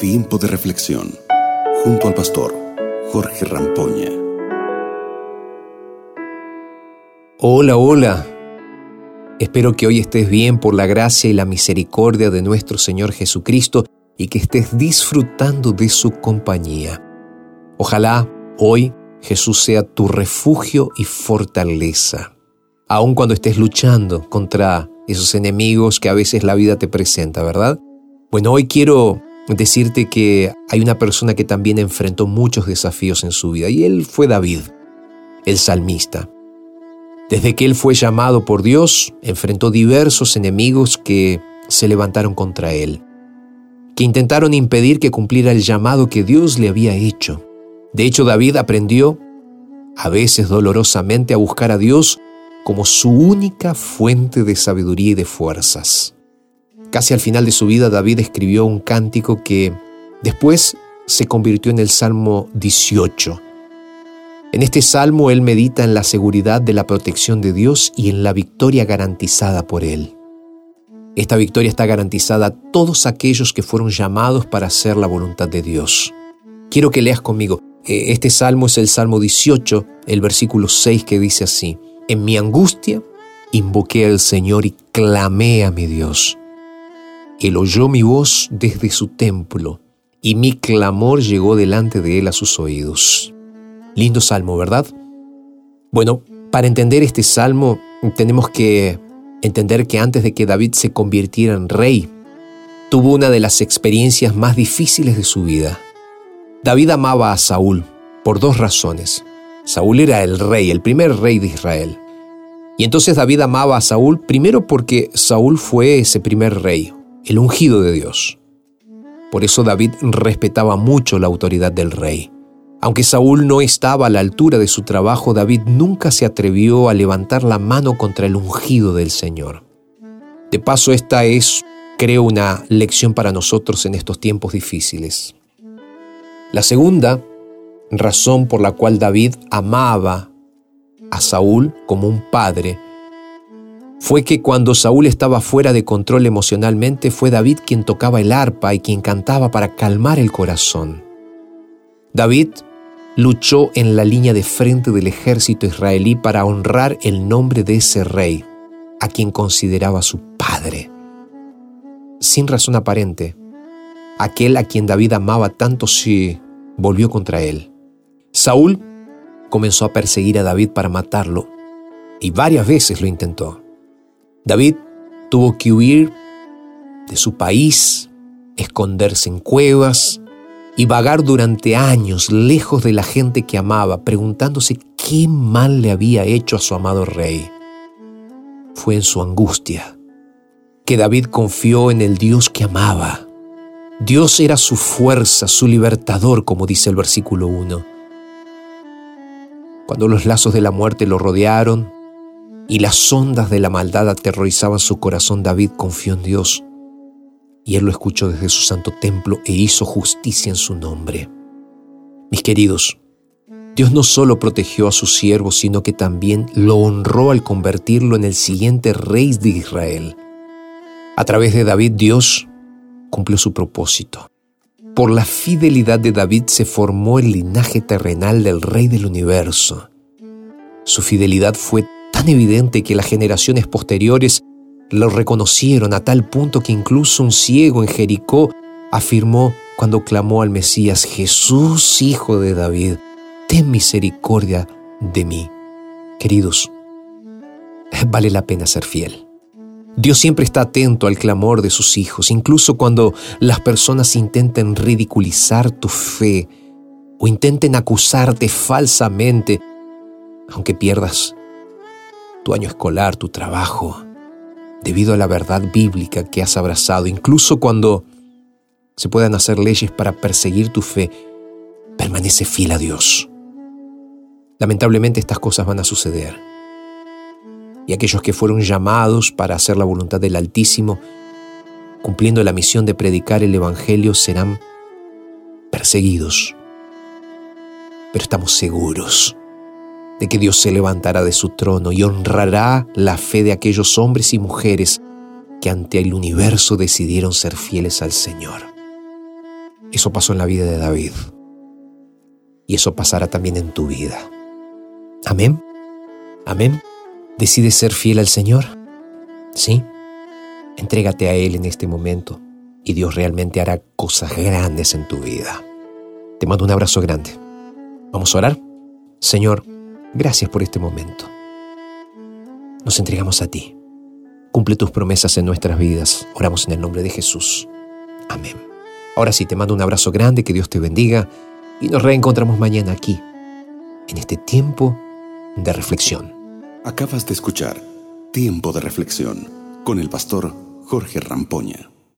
Tiempo de reflexión junto al pastor Jorge Rampoña. Hola. Espero que hoy estés bien por la gracia y la misericordia de nuestro Señor Jesucristo y que estés disfrutando de su compañía. Ojalá hoy Jesús sea tu refugio y fortaleza, aun cuando estés luchando contra esos enemigos que a veces la vida te presenta, ¿verdad? Bueno, hoy quiero decirte que hay una persona que también enfrentó muchos desafíos en su vida, y él fue David, el salmista. Desde que él fue llamado por Dios, enfrentó diversos enemigos que se levantaron contra él, que intentaron impedir que cumpliera el llamado que Dios le había hecho. De hecho, David aprendió, a veces dolorosamente, a buscar a Dios como su única fuente de sabiduría y de fuerzas. Casi al final de su vida, David escribió un cántico que después se convirtió en el Salmo 18. En este salmo él medita en la seguridad de la protección de Dios y en la victoria garantizada por él. Esta victoria está garantizada a todos aquellos que fueron llamados para hacer la voluntad de Dios. Quiero que leas conmigo. Este salmo es el Salmo 18, el versículo 6, que dice así: En mi angustia invoqué al Señor y clamé a mi Dios. Él oyó mi voz desde su templo y mi clamor llegó delante de él a sus oídos. Lindo salmo, ¿verdad? Bueno, para entender este salmo tenemos que entender que antes de que David se convirtiera en rey, tuvo una de las experiencias más difíciles de su vida. David amaba a Saúl por dos razones. Saúl era el rey, el primer rey de Israel. Y entonces David amaba a Saúl primero porque Saúl fue ese primer rey, el ungido de Dios. Por eso David respetaba mucho la autoridad del rey. Aunque Saúl no estaba a la altura de su trabajo, David nunca se atrevió a levantar la mano contra el ungido del Señor. De paso, esta es, creo, una lección para nosotros en estos tiempos difíciles. La segunda razón por la cual David amaba a Saúl como un padre fue que cuando Saúl estaba fuera de control emocionalmente, fue David quien tocaba el arpa y quien cantaba para calmar el corazón. David luchó en la línea de frente del ejército israelí para honrar el nombre de ese rey, a quien consideraba su padre. Sin razón aparente, aquel a quien David amaba tanto se volvió contra él. Saúl comenzó a perseguir a David para matarlo, y varias veces lo intentó. David tuvo que huir de su país, esconderse en cuevas y vagar durante años lejos de la gente que amaba, preguntándose qué mal le había hecho a su amado rey. Fue en su angustia que David confió en el Dios que amaba. Dios era su fuerza, su libertador, como dice el versículo 1. Cuando los lazos de la muerte lo rodearon y las ondas de la maldad aterrorizaban su corazón, David confió en Dios. Y él lo escuchó desde su santo templo e hizo justicia en su nombre. Mis queridos, Dios no solo protegió a su siervo, sino que también lo honró al convertirlo en el siguiente rey de Israel. A través de David, Dios cumplió su propósito. Por la fidelidad de David se formó el linaje terrenal del Rey del universo. Su fidelidad fue tan evidente que las generaciones posteriores lo reconocieron a tal punto que incluso un ciego en Jericó afirmó cuando clamó al Mesías: Jesús, hijo de David, ten misericordia de mí. Queridos, vale la pena ser fiel. Dios siempre está atento al clamor de sus hijos, incluso cuando las personas intenten ridiculizar tu fe o intenten acusarte falsamente, aunque pierdas tu año escolar, tu trabajo, debido a la verdad bíblica que has abrazado. Incluso cuando se puedan hacer leyes para perseguir tu fe, permanece fiel a Dios. Lamentablemente estas cosas van a suceder. Y aquellos que fueron llamados para hacer la voluntad del Altísimo, cumpliendo la misión de predicar el Evangelio, serán perseguidos. Pero estamos seguros de que Dios se levantará de su trono y honrará la fe de aquellos hombres y mujeres que ante el universo decidieron ser fieles al Señor. Eso pasó en la vida de David. Y eso pasará también en tu vida. Amén. Amén. ¿Decides ser fiel al Señor? Sí. Entrégate a Él en este momento y Dios realmente hará cosas grandes en tu vida. Te mando un abrazo grande. ¿Vamos a orar? Señor, gracias por este momento. Nos entregamos a ti. Cumple tus promesas en nuestras vidas. Oramos en el nombre de Jesús. Amén. Ahora sí, te mando un abrazo grande, que Dios te bendiga y nos reencontramos mañana aquí, en este tiempo de reflexión. Acabas de escuchar Tiempo de Reflexión con el pastor Jorge Rampoña.